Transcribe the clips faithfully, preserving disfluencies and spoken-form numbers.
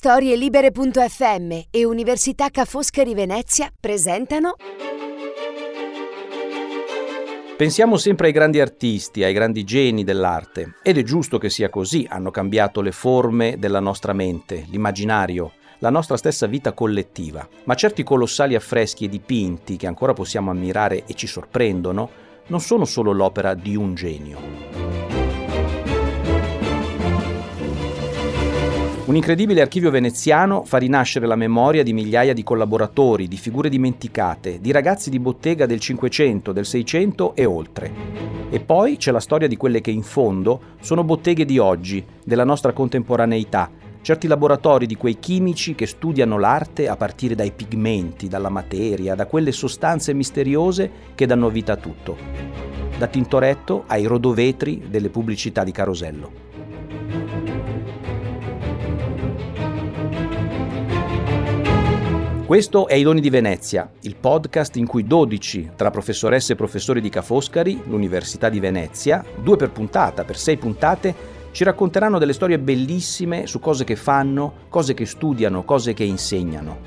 Storielibere punto effe emme e Università Ca' Foscari Venezia presentano. Pensiamo sempre ai grandi artisti, ai grandi geni dell'arte, ed è giusto che sia così, hanno cambiato le forme della nostra mente, l'immaginario, la nostra stessa vita collettiva. Ma certi colossali affreschi e dipinti che ancora possiamo ammirare e ci sorprendono, non sono solo l'opera di un genio. Un incredibile archivio veneziano fa rinascere la memoria di migliaia di collaboratori, di figure dimenticate, di ragazzi di bottega del Cinquecento, del Seicento e oltre. E poi c'è la storia di quelle che in fondo sono botteghe di oggi, della nostra contemporaneità, certi laboratori di quei chimici che studiano l'arte a partire dai pigmenti, dalla materia, da quelle sostanze misteriose che danno vita a tutto. Da Tintoretto ai rodovetri delle pubblicità di Carosello. Questo è I Doni di Venezia, il podcast in cui dodici tra professoresse e professori di Ca' Foscari, l'Università di Venezia, due per puntata, per sei puntate, ci racconteranno delle storie bellissime su cose che fanno, cose che studiano, cose che insegnano.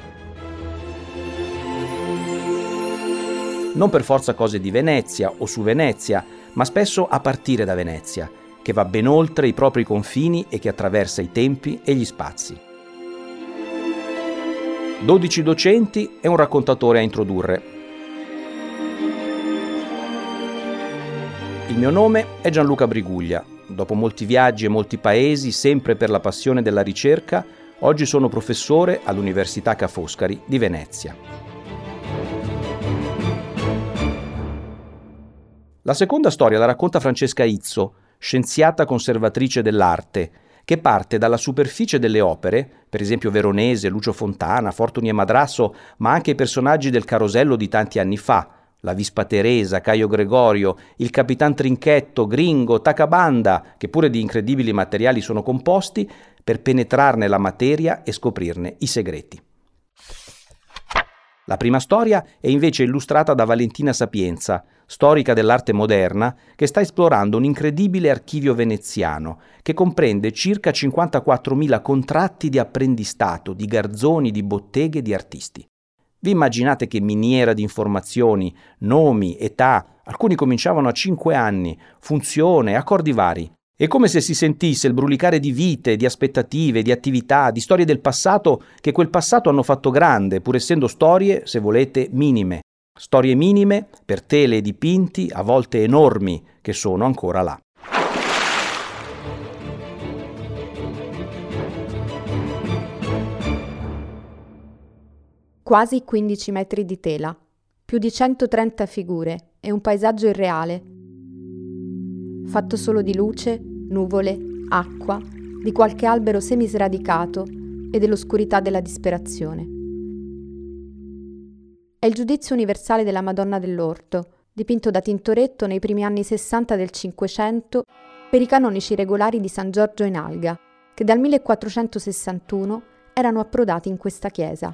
Non per forza cose di Venezia o su Venezia, ma spesso a partire da Venezia, che va ben oltre i propri confini e che attraversa i tempi e gli spazi. dodici docenti e un raccontatore a introdurre. Il mio nome è Gianluca Briguglia. Dopo molti viaggi e molti paesi, sempre per la passione della ricerca, oggi sono professore all'Università Ca' Foscari di Venezia. La seconda storia la racconta Francesca Izzo, scienziata conservatrice dell'arte, che parte dalla superficie delle opere, per esempio Veronese, Lucio Fontana, Fortuny e Madrasso, ma anche i personaggi del Carosello di tanti anni fa, la Vispa Teresa, Caio Gregorio, il Capitan Trinchetto, Gringo, Tacabanda, che pure di incredibili materiali sono composti, per penetrarne la materia e scoprirne i segreti. La prima storia è invece illustrata da Valentina Sapienza, storica dell'arte moderna, che sta esplorando un incredibile archivio veneziano che comprende circa cinquantaquattromila contratti di apprendistato, di garzoni, di botteghe, di artisti. Vi immaginate che miniera di informazioni, nomi, età, alcuni cominciavano a cinque anni, funzione, accordi vari. È come se si sentisse il brulicare di vite, di aspettative, di attività, di storie del passato che quel passato hanno fatto grande, pur essendo storie, se volete, minime. Storie minime per tele e dipinti, a volte enormi, che sono ancora là. Quasi quindici metri di tela, più di centotrenta figure e un paesaggio irreale, fatto solo di luce, nuvole, acqua, di qualche albero semisradicato e dell'oscurità della disperazione. È il giudizio universale della Madonna dell'Orto, dipinto da Tintoretto nei primi anni sessanta del Cinquecento per i canonici regolari di San Giorgio in Alga, che dal millequattrocentosessantuno erano approdati in questa chiesa.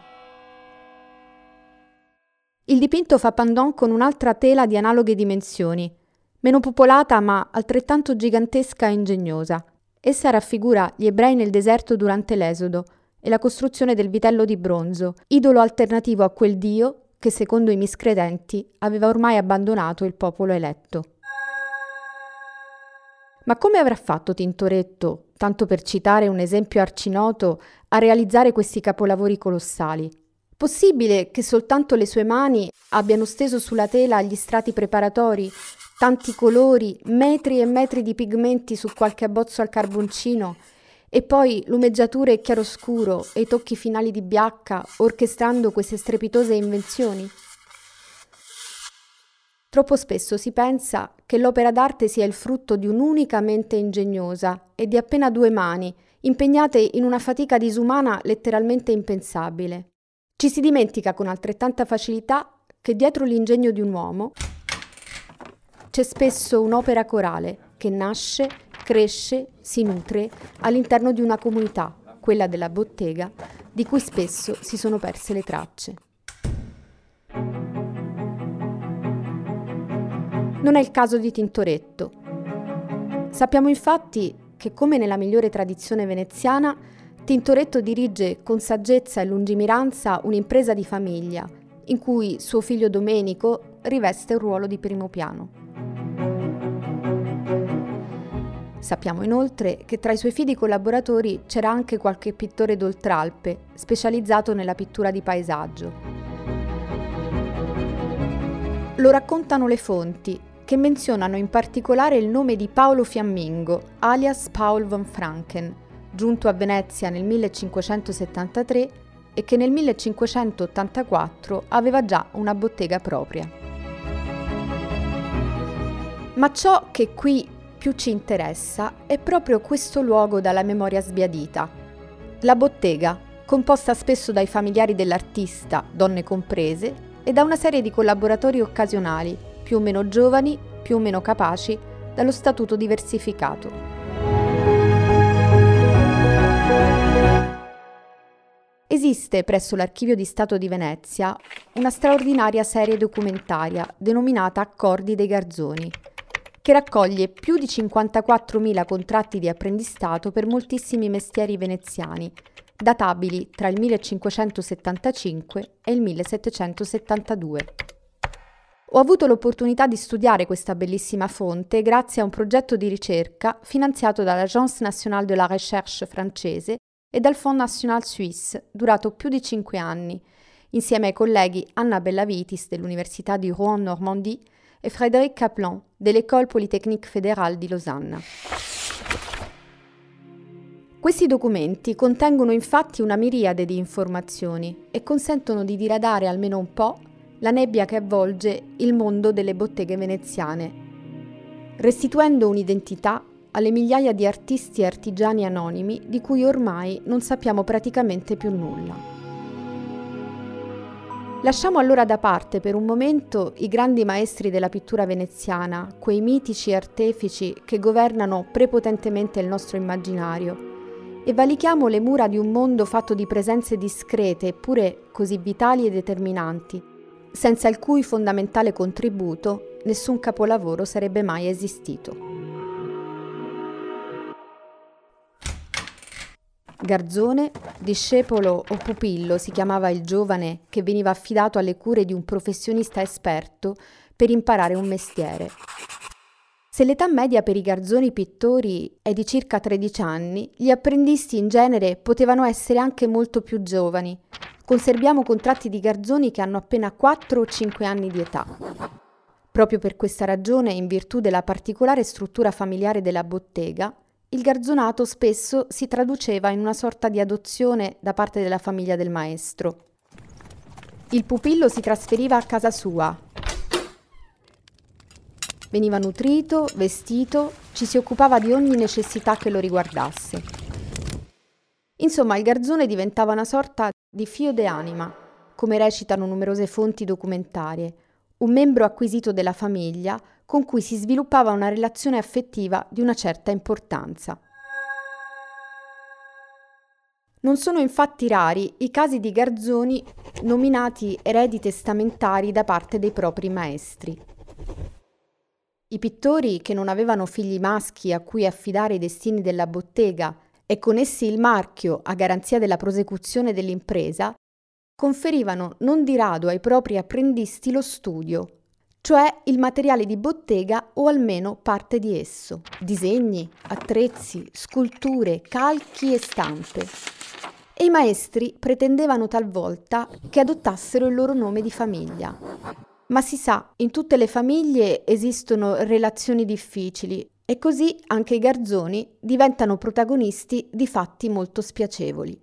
Il dipinto fa pendant con un'altra tela di analoghe dimensioni, meno popolata ma altrettanto gigantesca e ingegnosa. Essa raffigura gli ebrei nel deserto durante l'Esodo e la costruzione del vitello di bronzo, idolo alternativo a quel dio che, secondo i miscredenti, aveva ormai abbandonato il popolo eletto. Ma come avrà fatto Tintoretto, tanto per citare un esempio arcinoto, a realizzare questi capolavori colossali? Possibile che soltanto le sue mani abbiano steso sulla tela gli strati preparatori, tanti colori, metri e metri di pigmenti su qualche abbozzo al carboncino, e poi lumeggiature e chiaroscuro e i tocchi finali di biacca, orchestrando queste strepitose invenzioni? Troppo spesso si pensa che l'opera d'arte sia il frutto di un'unica mente ingegnosa e di appena due mani, impegnate in una fatica disumana letteralmente impensabile. Ci si dimentica con altrettanta facilità che dietro l'ingegno di un uomo c'è spesso un'opera corale che nasce, cresce, si nutre all'interno di una comunità, quella della bottega, di cui spesso si sono perse le tracce. Non è il caso di Tintoretto. Sappiamo infatti che, come nella migliore tradizione veneziana, Tintoretto dirige con saggezza e lungimiranza un'impresa di famiglia, in cui suo figlio Domenico riveste un ruolo di primo piano. Sappiamo inoltre che tra i suoi fidi collaboratori c'era anche qualche pittore d'Oltralpe, specializzato nella pittura di paesaggio. Lo raccontano le fonti, che menzionano in particolare il nome di Paolo Fiammingo, alias Paul von Franken, giunto a Venezia nel millecinquecentosettantatré e che nel millecinquecentottantaquattro aveva già una bottega propria. Ma ciò che qui più ci interessa è proprio questo luogo dalla memoria sbiadita. La bottega, composta spesso dai familiari dell'artista, donne comprese, e da una serie di collaboratori occasionali, più o meno giovani, più o meno capaci, dallo statuto diversificato. Esiste presso l'Archivio di Stato di Venezia una straordinaria serie documentaria denominata Accordi dei Garzoni, che raccoglie più di cinquantaquattromila contratti di apprendistato per moltissimi mestieri veneziani, databili tra il millecinquecentosettantacinque e il millesettecentosettantadue. Ho avuto l'opportunità di studiare questa bellissima fonte grazie a un progetto di ricerca finanziato dall'Agence nationale de la recherche francese e dal Fonds national suisse, durato più di cinque anni, insieme ai colleghi Anna Bellavitis dell'Università di Rouen-Normandie e Frédéric Kaplan dell'École Polytechnique fédérale di Losanna. Questi documenti contengono infatti una miriade di informazioni e consentono di diradare almeno un po' la nebbia che avvolge il mondo delle botteghe veneziane, restituendo un'identità alle migliaia di artisti e artigiani anonimi di cui ormai non sappiamo praticamente più nulla. Lasciamo allora da parte per un momento i grandi maestri della pittura veneziana, quei mitici artefici che governano prepotentemente il nostro immaginario, e valichiamo le mura di un mondo fatto di presenze discrete eppure così vitali e determinanti, senza il cui fondamentale contributo nessun capolavoro sarebbe mai esistito. Garzone, discepolo o pupillo si chiamava il giovane che veniva affidato alle cure di un professionista esperto per imparare un mestiere. Se l'età media per i garzoni pittori è di circa tredici anni, gli apprendisti in genere potevano essere anche molto più giovani. Conserviamo contratti di garzoni che hanno appena quattro o cinque anni di età. Proprio per questa ragione, in virtù della particolare struttura familiare della bottega, il garzonato spesso si traduceva in una sorta di adozione da parte della famiglia del maestro. Il pupillo si trasferiva a casa sua, veniva nutrito, vestito, ci si occupava di ogni necessità che lo riguardasse. Insomma, il garzone diventava una sorta di fio de anima, come recitano numerose fonti documentarie, un membro acquisito della famiglia con cui si sviluppava una relazione affettiva di una certa importanza. Non sono infatti rari i casi di garzoni nominati eredi testamentari da parte dei propri maestri. I pittori che non avevano figli maschi a cui affidare i destini della bottega e con essi il marchio a garanzia della prosecuzione dell'impresa, conferivano non di rado ai propri apprendisti lo studio, cioè il materiale di bottega o almeno parte di esso, disegni, attrezzi, sculture, calchi e stampe. E i maestri pretendevano talvolta che adottassero il loro nome di famiglia. Ma si sa, in tutte le famiglie esistono relazioni difficili e così anche i garzoni diventano protagonisti di fatti molto spiacevoli.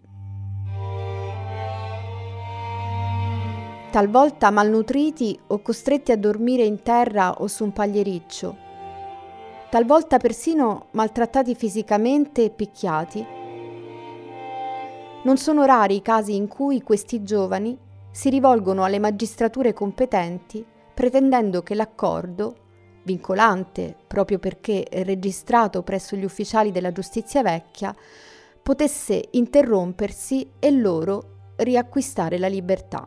Talvolta malnutriti o costretti a dormire in terra o su un pagliericcio, talvolta persino maltrattati fisicamente e picchiati. Non sono rari i casi in cui questi giovani si rivolgono alle magistrature competenti pretendendo che l'accordo, vincolante proprio perché registrato presso gli ufficiali della giustizia vecchia, potesse interrompersi e loro riacquistare la libertà.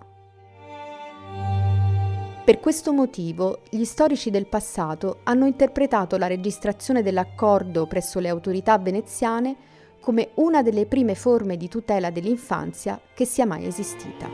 Per questo motivo, gli storici del passato hanno interpretato la registrazione dell'accordo presso le autorità veneziane come una delle prime forme di tutela dell'infanzia che sia mai esistita.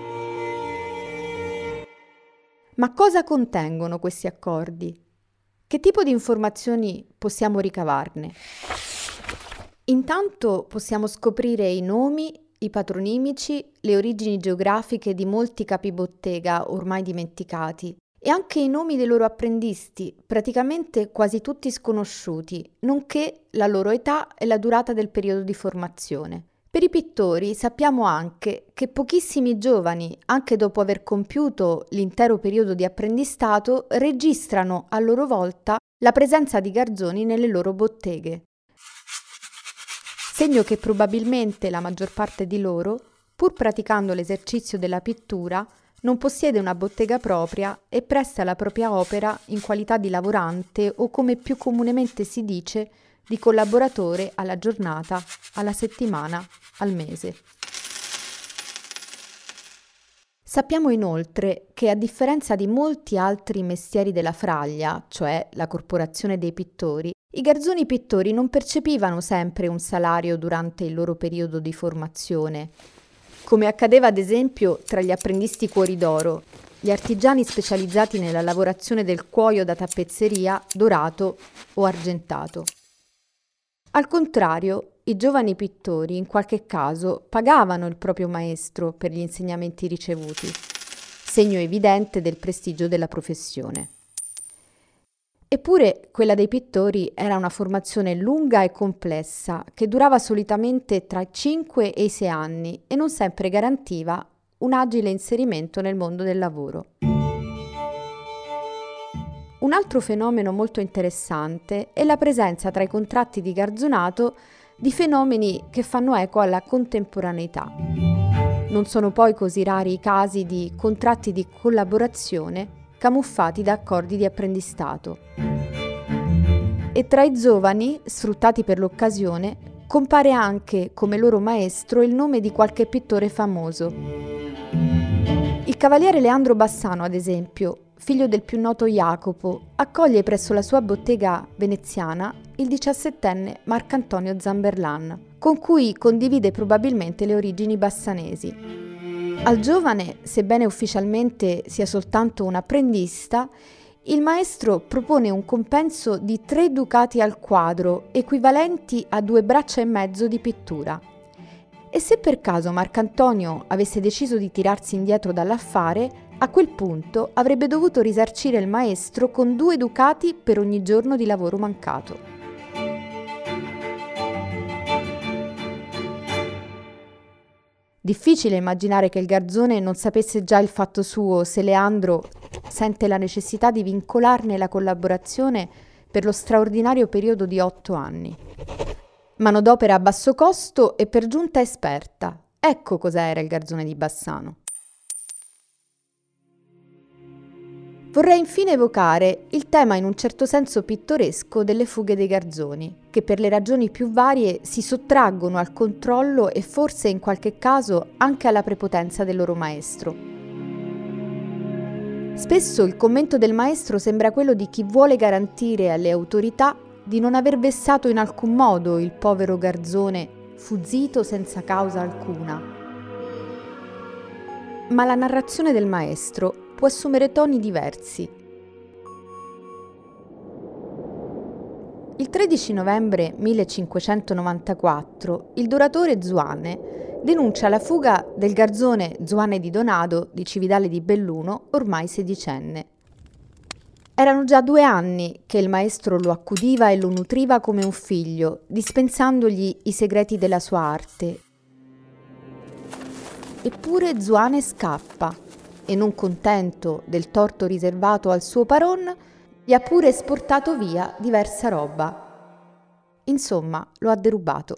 Ma cosa contengono questi accordi? Che tipo di informazioni possiamo ricavarne? Intanto possiamo scoprire i nomi, i patronimici, le origini geografiche di molti capibottega ormai dimenticati e anche i nomi dei loro apprendisti, praticamente quasi tutti sconosciuti, nonché la loro età e la durata del periodo di formazione. Per i pittori sappiamo anche che pochissimi giovani, anche dopo aver compiuto l'intero periodo di apprendistato, registrano a loro volta la presenza di garzoni nelle loro botteghe. Segno che probabilmente la maggior parte di loro, pur praticando l'esercizio della pittura, non possiede una bottega propria e presta la propria opera in qualità di lavorante o, come più comunemente si dice, di collaboratore alla giornata, alla settimana, al mese. Sappiamo inoltre che, a differenza di molti altri mestieri della fraglia, cioè la corporazione dei pittori, i garzoni pittori non percepivano sempre un salario durante il loro periodo di formazione, come accadeva ad esempio tra gli apprendisti cuori d'oro, gli artigiani specializzati nella lavorazione del cuoio da tappezzeria dorato o argentato. Al contrario, i giovani pittori in qualche caso pagavano il proprio maestro per gli insegnamenti ricevuti, segno evidente del prestigio della professione. Eppure quella dei pittori era una formazione lunga e complessa che durava solitamente tra i cinque e i sei anni e non sempre garantiva un agile inserimento nel mondo del lavoro. Un altro fenomeno molto interessante è la presenza tra i contratti di garzonato di fenomeni che fanno eco alla contemporaneità. Non sono poi così rari i casi di contratti di collaborazione camuffati da accordi di apprendistato. E tra i giovani, sfruttati per l'occasione, compare anche come loro maestro il nome di qualche pittore famoso. Il cavaliere Leandro Bassano, ad esempio, figlio del più noto Jacopo, accoglie presso la sua bottega veneziana il diciassettenne Marcantonio Zamberlan, con cui condivide probabilmente le origini bassanesi. Al giovane, sebbene ufficialmente sia soltanto un apprendista, il maestro propone un compenso di tre ducati al quadro, equivalenti a due braccia e mezzo di pittura. E se per caso Marcantonio avesse deciso di tirarsi indietro dall'affare, a quel punto avrebbe dovuto risarcire il maestro con due ducati per ogni giorno di lavoro mancato. Difficile immaginare che il garzone non sapesse già il fatto suo se Leandro sente la necessità di vincolarne la collaborazione per lo straordinario periodo di otto anni. Manodopera a basso costo e per giunta esperta. Ecco cosa era il garzone di Bassano. Vorrei infine evocare il tema in un certo senso pittoresco delle fughe dei garzoni, che per le ragioni più varie si sottraggono al controllo e forse in qualche caso anche alla prepotenza del loro maestro. Spesso il commento del maestro sembra quello di chi vuole garantire alle autorità di non aver vessato in alcun modo il povero garzone fuggito senza causa alcuna. Ma la narrazione del maestro può assumere toni diversi. Il tredici novembre millecinquecentonovantaquattro il doratore Zuane denuncia la fuga del garzone Zuane di Donado di Cividale di Belluno, ormai sedicenne. Erano già due anni che il maestro lo accudiva e lo nutriva come un figlio, dispensandogli i segreti della sua arte. Eppure Zuane scappa e, non contento del torto riservato al suo paron, gli ha pure esportato via diversa roba. Insomma, lo ha derubato.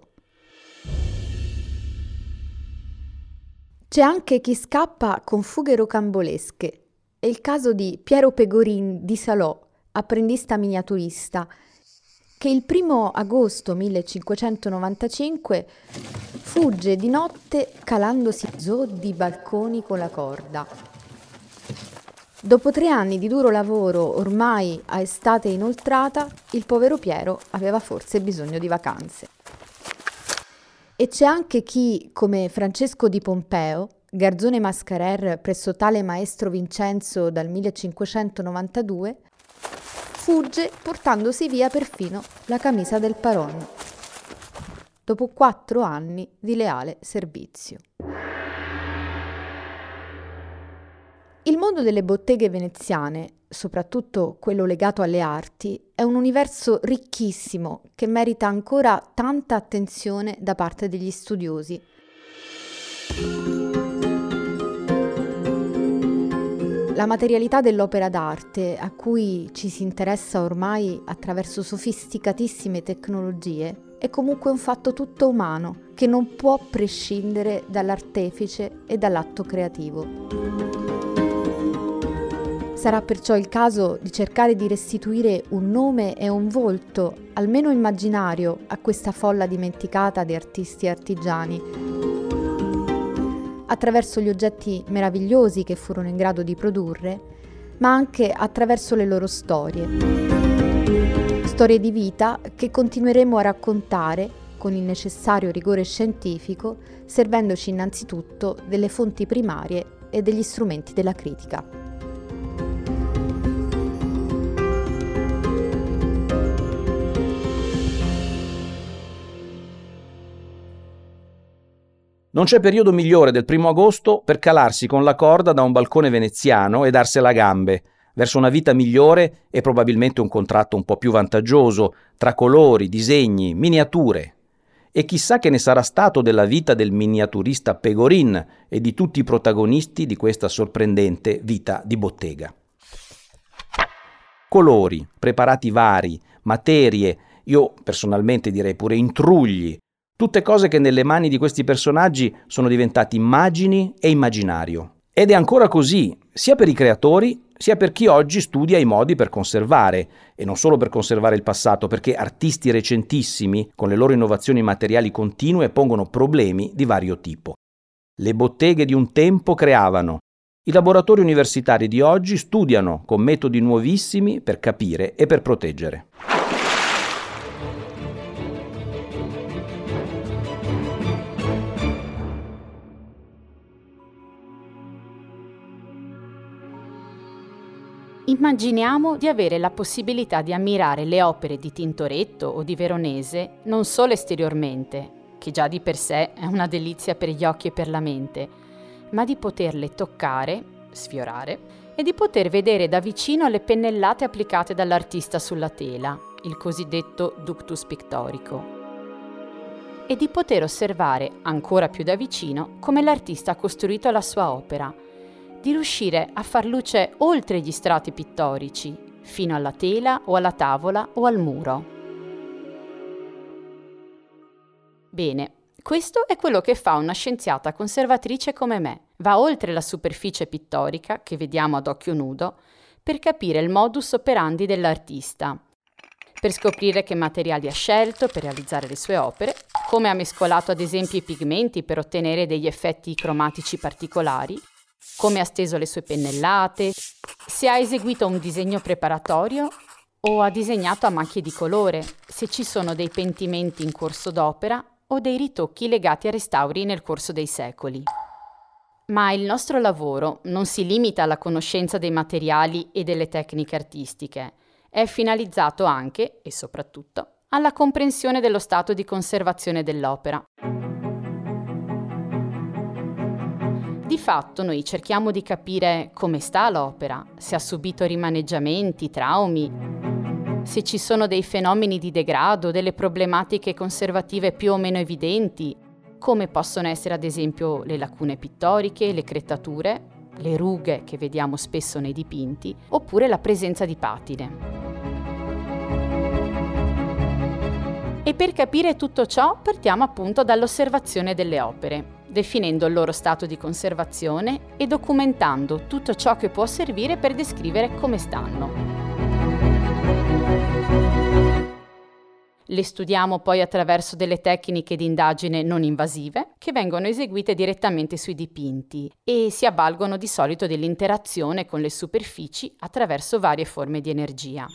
C'è anche chi scappa con fughe rocambolesche. È il caso di Piero Pegorin di Salò, apprendista miniaturista, che il primo agosto millecinquecentonovantacinque fugge di notte calandosi zoddi balconi con la corda. Dopo tre anni di duro lavoro, ormai a estate inoltrata, il povero Piero aveva forse bisogno di vacanze. E c'è anche chi, come Francesco di Pompeo, garzone mascarer presso tale maestro Vincenzo dal millecinquecentonovantadue, fugge portandosi via perfino la camisa del Paron, dopo quattro anni di leale servizio. Il mondo delle botteghe veneziane, soprattutto quello legato alle arti, è un universo ricchissimo che merita ancora tanta attenzione da parte degli studiosi. La materialità dell'opera d'arte, a cui ci si interessa ormai attraverso sofisticatissime tecnologie, è comunque un fatto tutto umano che non può prescindere dall'artefice e dall'atto creativo. Sarà perciò il caso di cercare di restituire un nome e un volto, almeno immaginario, a questa folla dimenticata di artisti e artigiani, attraverso gli oggetti meravigliosi che furono in grado di produrre, ma anche attraverso le loro storie. Storie di vita che continueremo a raccontare con il necessario rigore scientifico, servendoci innanzitutto delle fonti primarie e degli strumenti della critica. Non c'è periodo migliore del primo agosto per calarsi con la corda da un balcone veneziano e darsela a gambe, verso una vita migliore e probabilmente un contratto un po' più vantaggioso, tra colori, disegni, miniature. E chissà che ne sarà stato della vita del miniaturista Pegorin e di tutti i protagonisti di questa sorprendente vita di bottega. Colori, preparati vari, materie, io personalmente direi pure intrugli, tutte cose che nelle mani di questi personaggi sono diventati immagini e immaginario. Ed è ancora così, sia per i creatori, sia per chi oggi studia i modi per conservare, e non solo per conservare il passato, perché artisti recentissimi, con le loro innovazioni materiali continue, pongono problemi di vario tipo. Le botteghe di un tempo creavano. I laboratori universitari di oggi studiano con metodi nuovissimi per capire e per proteggere. Immaginiamo di avere la possibilità di ammirare le opere di Tintoretto o di Veronese non solo esteriormente, che già di per sé è una delizia per gli occhi e per la mente, ma di poterle toccare, sfiorare, e di poter vedere da vicino le pennellate applicate dall'artista sulla tela, il cosiddetto ductus pictorico, e di poter osservare ancora più da vicino come l'artista ha costruito la sua opera, di riuscire a far luce oltre gli strati pittorici, fino alla tela o alla tavola o al muro. Bene, questo è quello che fa una scienziata conservatrice come me. Va oltre la superficie pittorica, che vediamo ad occhio nudo, per capire il modus operandi dell'artista, per scoprire che materiali ha scelto per realizzare le sue opere, come ha mescolato ad esempio i pigmenti per ottenere degli effetti cromatici particolari, come ha steso le sue pennellate, se ha eseguito un disegno preparatorio o ha disegnato a macchie di colore, se ci sono dei pentimenti in corso d'opera o dei ritocchi legati a restauri nel corso dei secoli. Ma il nostro lavoro non si limita alla conoscenza dei materiali e delle tecniche artistiche, è finalizzato anche, e soprattutto, alla comprensione dello stato di conservazione dell'opera. Di fatto noi cerchiamo di capire come sta l'opera, se ha subito rimaneggiamenti, traumi, se ci sono dei fenomeni di degrado, delle problematiche conservative più o meno evidenti, come possono essere ad esempio le lacune pittoriche, le crettature, le rughe che vediamo spesso nei dipinti, oppure la presenza di patine. E per capire tutto ciò partiamo appunto dall'osservazione delle opere, definendo il loro stato di conservazione e documentando tutto ciò che può servire per descrivere come stanno. Le studiamo poi attraverso delle tecniche di indagine non invasive che vengono eseguite direttamente sui dipinti e si avvalgono di solito dell'interazione con le superfici attraverso varie forme di energia.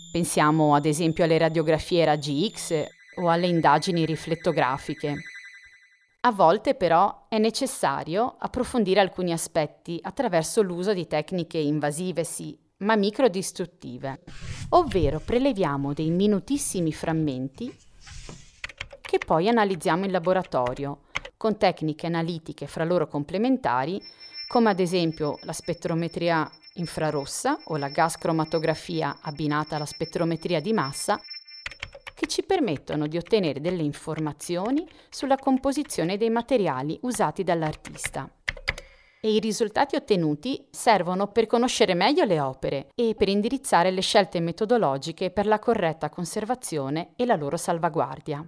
Pensiamo ad esempio alle radiografie raggi X o alle indagini riflettografiche. A volte però è necessario approfondire alcuni aspetti attraverso l'uso di tecniche invasive, sì, ma microdistruttive, ovvero preleviamo dei minutissimi frammenti che poi analizziamo in laboratorio con tecniche analitiche fra loro complementari, come ad esempio la spettrometria infrarossa o la gas cromatografia abbinata alla spettrometria di massa, che ci permettono di ottenere delle informazioni sulla composizione dei materiali usati dall'artista. E i risultati ottenuti servono per conoscere meglio le opere e per indirizzare le scelte metodologiche per la corretta conservazione e la loro salvaguardia.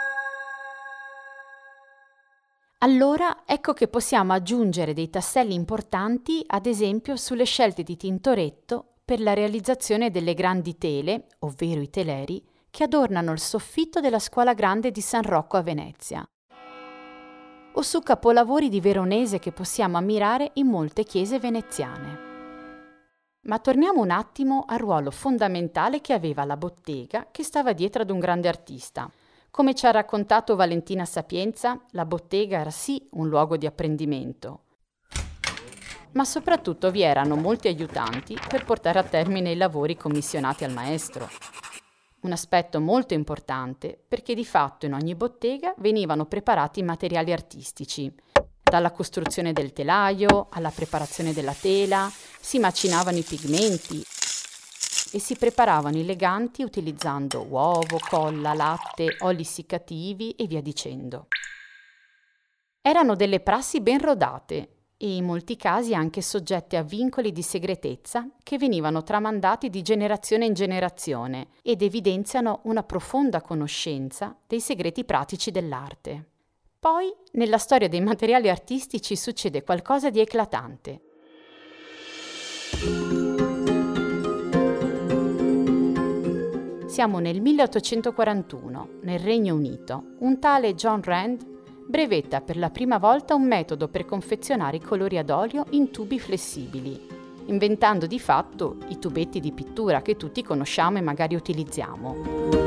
Allora ecco che possiamo aggiungere dei tasselli importanti, ad esempio sulle scelte di Tintoretto per la realizzazione delle grandi tele, ovvero i teleri, che adornano il soffitto della Scuola Grande di San Rocco a Venezia, o su capolavori di Veronese che possiamo ammirare in molte chiese veneziane. Ma torniamo un attimo al ruolo fondamentale che aveva la bottega che stava dietro ad un grande artista. Come ci ha raccontato Valentina Sapienza, la bottega era sì un luogo di apprendimento, ma soprattutto vi erano molti aiutanti per portare a termine i lavori commissionati al maestro. Un aspetto molto importante perché di fatto in ogni bottega venivano preparati i materiali artistici. Dalla costruzione del telaio alla preparazione della tela, si macinavano i pigmenti e si preparavano i leganti utilizzando uovo, colla, latte, oli essiccativi e via dicendo. Erano delle prassi ben rodate e in molti casi anche soggette a vincoli di segretezza che venivano tramandati di generazione in generazione ed evidenziano una profonda conoscenza dei segreti pratici dell'arte. Poi, nella storia dei materiali artistici succede qualcosa di eclatante. Siamo nel milleottocentoquarantuno, nel Regno Unito. Un tale John Rand brevetta per la prima volta un metodo per confezionare i colori ad olio in tubi flessibili, inventando di fatto i tubetti di pittura che tutti conosciamo e magari utilizziamo.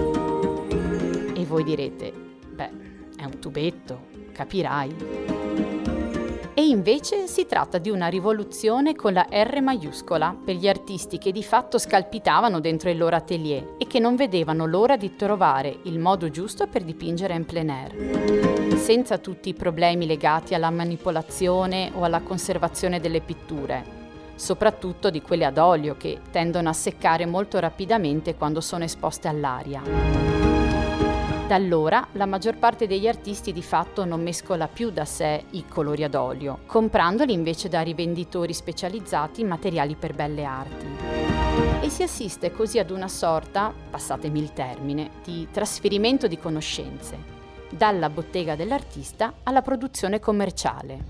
E voi direte, beh, è un tubetto, capirai. E invece si tratta di una rivoluzione con la R maiuscola per gli artisti che di fatto scalpitavano dentro il loro atelier e che non vedevano l'ora di trovare il modo giusto per dipingere in plein air, senza tutti i problemi legati alla manipolazione o alla conservazione delle pitture, soprattutto di quelle ad olio che tendono a seccare molto rapidamente quando sono esposte all'aria. Da allora la maggior parte degli artisti di fatto non mescola più da sé i colori ad olio, comprandoli invece da rivenditori specializzati in materiali per belle arti. E si assiste così ad una sorta, passatemi il termine, di trasferimento di conoscenze, dalla bottega dell'artista alla produzione commerciale.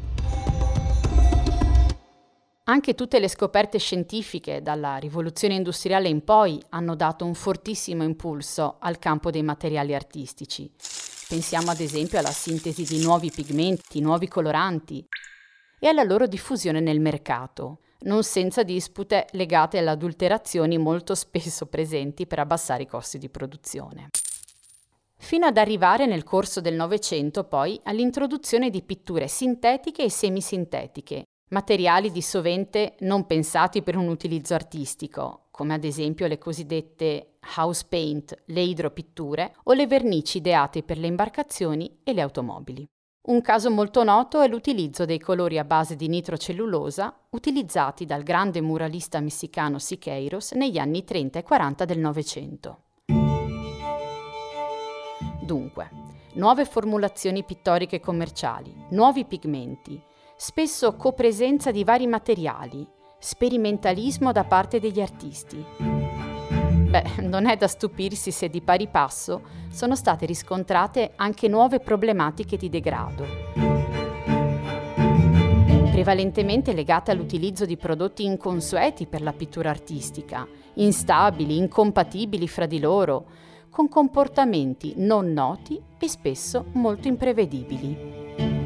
Anche tutte le scoperte scientifiche dalla rivoluzione industriale in poi hanno dato un fortissimo impulso al campo dei materiali artistici. Pensiamo ad esempio alla sintesi di nuovi pigmenti, nuovi coloranti e alla loro diffusione nel mercato, non senza dispute legate alle adulterazioni molto spesso presenti per abbassare i costi di produzione. Fino ad arrivare nel corso del Novecento poi all'introduzione di pitture sintetiche e semisintetiche, materiali di sovente non pensati per un utilizzo artistico, come ad esempio le cosiddette house paint, le idropitture o le vernici ideate per le imbarcazioni e le automobili. Un caso molto noto è l'utilizzo dei colori a base di nitrocellulosa utilizzati dal grande muralista messicano Siqueiros negli anni trenta e quaranta del Novecento. Dunque, nuove formulazioni pittoriche commerciali, nuovi pigmenti, spesso copresenza di vari materiali, sperimentalismo da parte degli artisti. Beh, non è da stupirsi se di pari passo sono state riscontrate anche nuove problematiche di degrado, prevalentemente legate all'utilizzo di prodotti inconsueti per la pittura artistica, instabili, incompatibili fra di loro, con comportamenti non noti e spesso molto imprevedibili.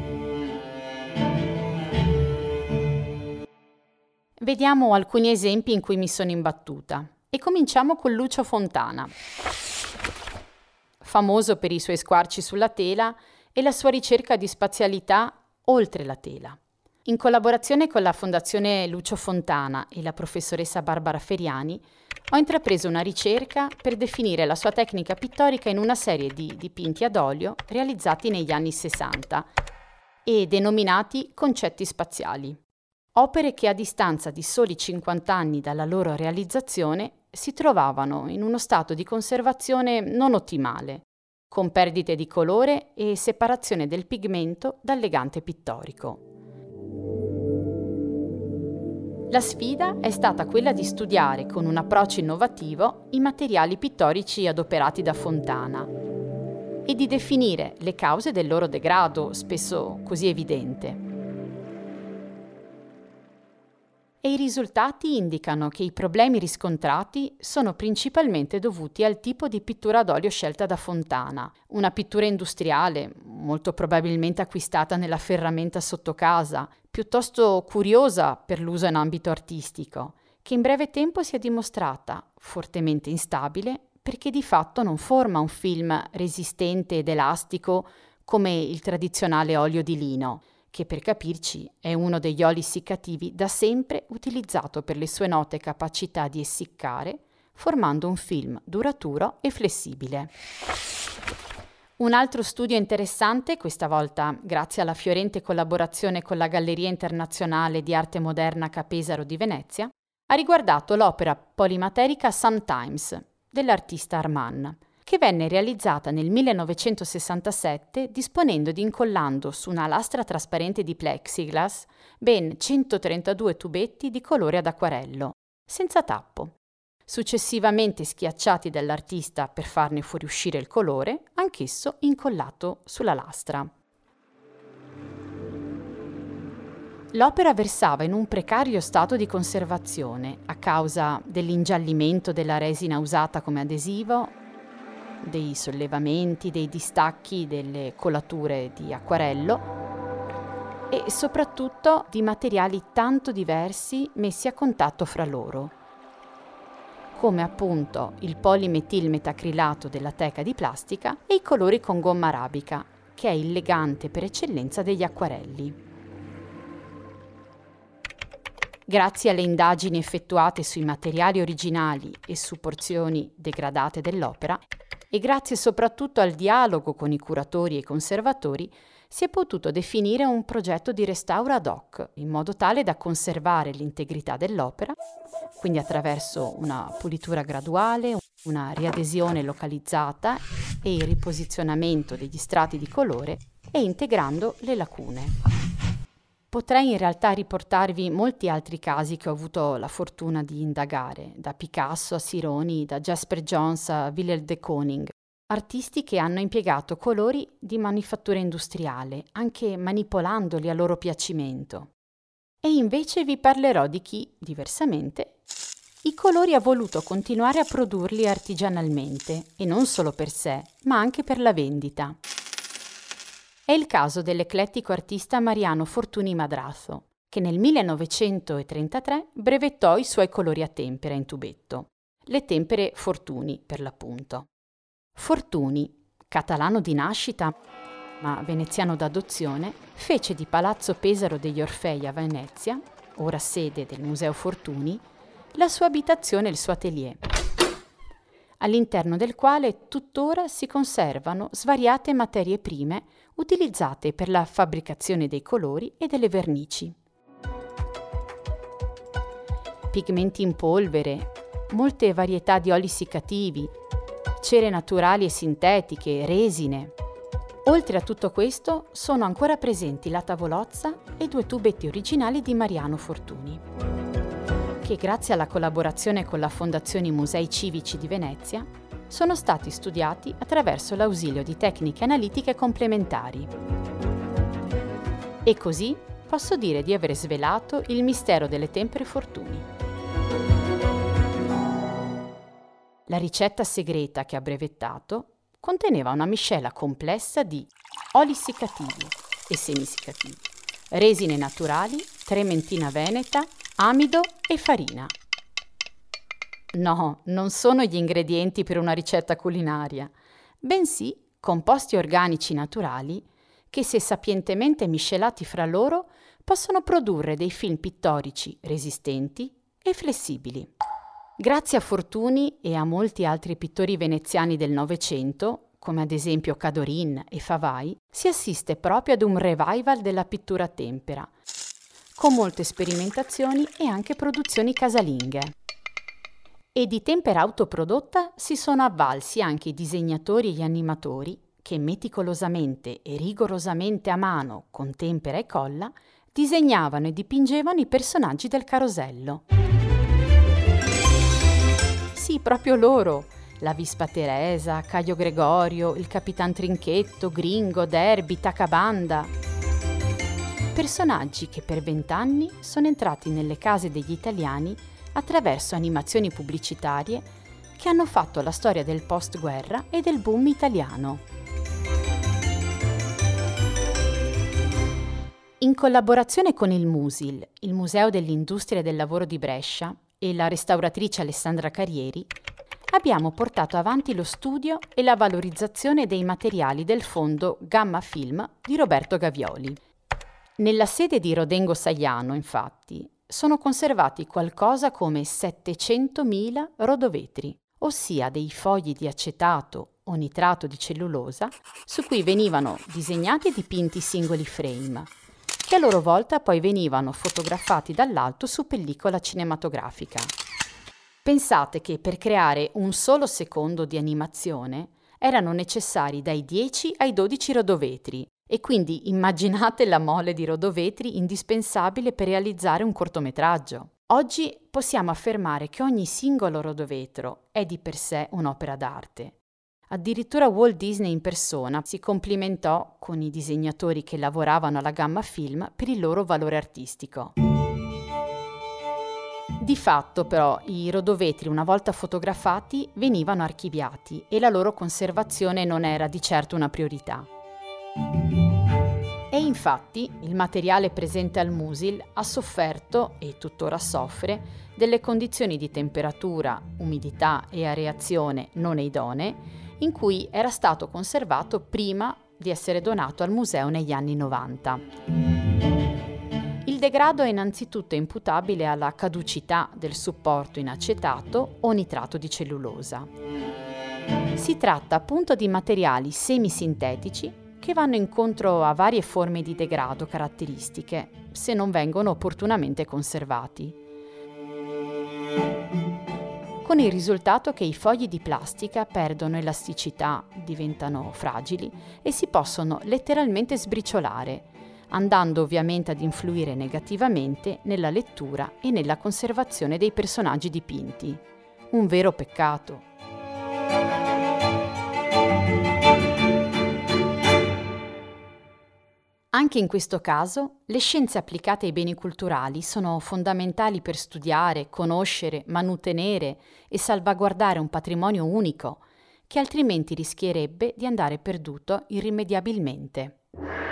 Vediamo alcuni esempi in cui mi sono imbattuta e cominciamo con Lucio Fontana. Famoso per i suoi squarci sulla tela e la sua ricerca di spazialità oltre la tela. In collaborazione con la Fondazione Lucio Fontana e la professoressa Barbara Feriani, ho intrapreso una ricerca per definire la sua tecnica pittorica in una serie di dipinti ad olio realizzati negli anni sessanta e denominati concetti spaziali. Opere che a distanza di soli cinquanta anni dalla loro realizzazione si trovavano in uno stato di conservazione non ottimale, con perdite di colore e separazione del pigmento dal legame pittorico. La sfida è stata quella di studiare con un approccio innovativo i materiali pittorici adoperati da Fontana e di definire le cause del loro degrado, spesso così evidente. E i risultati indicano che i problemi riscontrati sono principalmente dovuti al tipo di pittura ad olio scelta da Fontana, una pittura industriale, molto probabilmente acquistata nella ferramenta sotto casa, piuttosto curiosa per l'uso in ambito artistico, che in breve tempo si è dimostrata fortemente instabile perché di fatto non forma un film resistente ed elastico come il tradizionale olio di lino, che per capirci è uno degli oli essiccativi da sempre utilizzato per le sue note capacità di essiccare, formando un film duraturo e flessibile. Un altro studio interessante, questa volta grazie alla fiorente collaborazione con la Galleria Internazionale di Arte Moderna Ca' Pesaro di Venezia, ha riguardato l'opera polimaterica Sometimes dell'artista Arman, che venne realizzata nel millenovecentosessantasette disponendo ed incollando su una lastra trasparente di plexiglass ben centotrentadue tubetti di colore ad acquarello, senza tappo, successivamente schiacciati dall'artista per farne fuoriuscire il colore, anch'esso incollato sulla lastra. L'opera versava in un precario stato di conservazione a causa dell'ingiallimento della resina usata come adesivo, dei sollevamenti, dei distacchi delle colature di acquarello e soprattutto di materiali tanto diversi messi a contatto fra loro, come appunto il polimetilmetacrilato della teca di plastica e i colori con gomma arabica, che è il legante per eccellenza degli acquarelli. Grazie alle indagini effettuate sui materiali originali e su porzioni degradate dell'opera, e grazie soprattutto al dialogo con i curatori e i conservatori, si è potuto definire un progetto di restauro ad hoc, in modo tale da conservare l'integrità dell'opera, quindi attraverso una pulitura graduale, una riadesione localizzata e il riposizionamento degli strati di colore e integrando le lacune. Potrei in realtà riportarvi molti altri casi che ho avuto la fortuna di indagare, da Picasso a Sironi, da Jasper Johns a Willem de Kooning, artisti che hanno impiegato colori di manifattura industriale, anche manipolandoli a loro piacimento. E invece vi parlerò di chi, diversamente, i colori ha voluto continuare a produrli artigianalmente, e non solo per sé, ma anche per la vendita. È il caso dell'eclettico artista Mariano Fortuny Madrazo, che nel millenovecentotrentatré brevettò i suoi colori a tempera in tubetto, le tempere Fortuny per l'appunto. Fortuny, catalano di nascita ma veneziano d'adozione, fece di Palazzo Pesaro degli Orfei a Venezia, ora sede del Museo Fortuny, la sua abitazione e il suo atelier, all'interno del quale tuttora si conservano svariate materie prime utilizzate per la fabbricazione dei colori e delle vernici. Pigmenti in polvere, molte varietà di oli essiccativi, cere naturali e sintetiche, resine. Oltre a tutto questo sono ancora presenti la tavolozza e due tubetti originali di Mariano Fortuny, che grazie alla collaborazione con la Fondazione Musei Civici di Venezia sono stati studiati attraverso l'ausilio di tecniche analitiche complementari. E così posso dire di aver svelato il mistero delle tempere Fortuny. La ricetta segreta che ha brevettato conteneva una miscela complessa di oli essiccativi e semiessiccativi, resine naturali, trementina veneta, amido e farina. No, non sono gli ingredienti per una ricetta culinaria, bensì composti organici naturali che se sapientemente miscelati fra loro possono produrre dei film pittorici resistenti e flessibili. Grazie a Fortuny e a molti altri pittori veneziani del Novecento, come ad esempio Cadorin e Favai, si assiste proprio ad un revival della pittura a tempera, con molte sperimentazioni e anche produzioni casalinghe. E di tempera autoprodotta si sono avvalsi anche i disegnatori e gli animatori che meticolosamente e rigorosamente a mano, con tempera e colla, disegnavano e dipingevano i personaggi del carosello. Sì, proprio loro, la Vispa Teresa, Caio Gregorio, il Capitan Trinchetto, Gringo, Derby, Tacabanda. Personaggi che per vent'anni sono entrati nelle case degli italiani attraverso animazioni pubblicitarie che hanno fatto la storia del post-guerra e del boom italiano. In collaborazione con il Musil, il Museo dell'Industria e del Lavoro di Brescia, e la restauratrice Alessandra Carrieri, abbiamo portato avanti lo studio e la valorizzazione dei materiali del fondo Gamma Film di Roberto Gavioli. Nella sede di Rodengo Saiano, infatti, sono conservati qualcosa come settecentomila rodovetri, ossia dei fogli di acetato o nitrato di cellulosa su cui venivano disegnati e dipinti singoli frame, che a loro volta poi venivano fotografati dall'alto su pellicola cinematografica. Pensate che per creare un solo secondo di animazione erano necessari dai dieci ai dodici rodovetri, e quindi immaginate la mole di rodovetri indispensabile per realizzare un cortometraggio. Oggi possiamo affermare che ogni singolo rodovetro è di per sé un'opera d'arte. Addirittura Walt Disney in persona si complimentò con i disegnatori che lavoravano alla Gamma Film per il loro valore artistico. Di fatto, però, i rodovetri, una volta fotografati, venivano archiviati e la loro conservazione non era di certo una priorità. E infatti il materiale presente al Musil ha sofferto, e tuttora soffre, delle condizioni di temperatura, umidità e areazione non idonee in cui era stato conservato prima di essere donato al museo negli anni novanta. Il degrado è innanzitutto imputabile alla caducità del supporto in acetato o nitrato di cellulosa. Si tratta appunto di materiali semisintetici che vanno incontro a varie forme di degrado caratteristiche se non vengono opportunamente conservati, con il risultato che i fogli di plastica perdono elasticità, diventano fragili e si possono letteralmente sbriciolare, andando ovviamente ad influire negativamente nella lettura e nella conservazione dei personaggi dipinti. Un vero peccato. Anche in questo caso, le scienze applicate ai beni culturali sono fondamentali per studiare, conoscere, manutenere e salvaguardare un patrimonio unico, che altrimenti rischierebbe di andare perduto irrimediabilmente.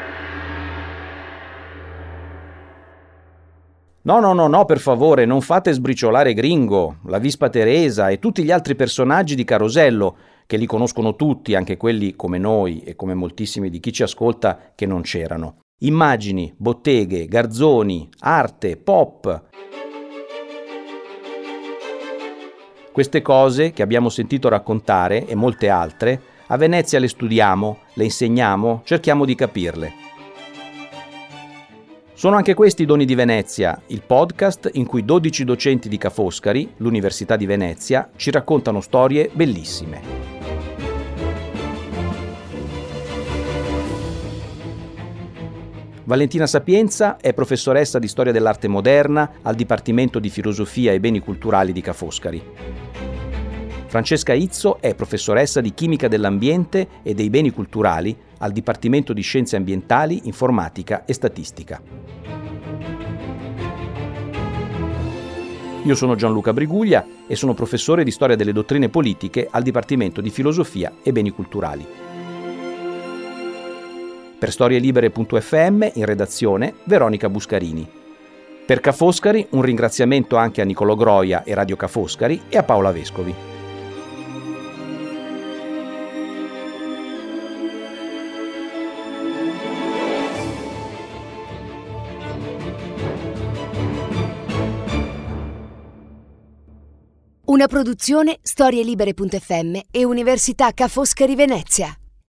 No, no, no, no, per favore, non fate sbriciolare Gringo, la Vispa Teresa e tutti gli altri personaggi di Carosello, che li conoscono tutti, anche quelli come noi e come moltissimi di chi ci ascolta che non c'erano. Immagini, botteghe, garzoni, arte, pop. Queste cose che abbiamo sentito raccontare e molte altre, a Venezia le studiamo, le insegniamo, cerchiamo di capirle. Sono anche questi i Doni di Venezia, il podcast in cui dodici docenti di Ca' Foscari, l'Università di Venezia, ci raccontano storie bellissime. Valentina Sapienza è professoressa di Storia dell'Arte Moderna al Dipartimento di Filosofia e Beni Culturali di Ca' Foscari. Francesca Izzo è professoressa di Chimica dell'Ambiente e dei Beni Culturali al Dipartimento di Scienze Ambientali, Informatica e Statistica. Io sono Gianluca Briguglia e sono professore di Storia delle Dottrine Politiche al Dipartimento di Filosofia e Beni Culturali. Per storielibere punto effe emme in redazione Veronica Buscarini. Per Ca' Foscari un ringraziamento anche a Nicolò Groia e Radio Ca' Foscari e a Paola Vescovi. Una produzione storielibere punto effe emme e Università Ca' Foscari Venezia.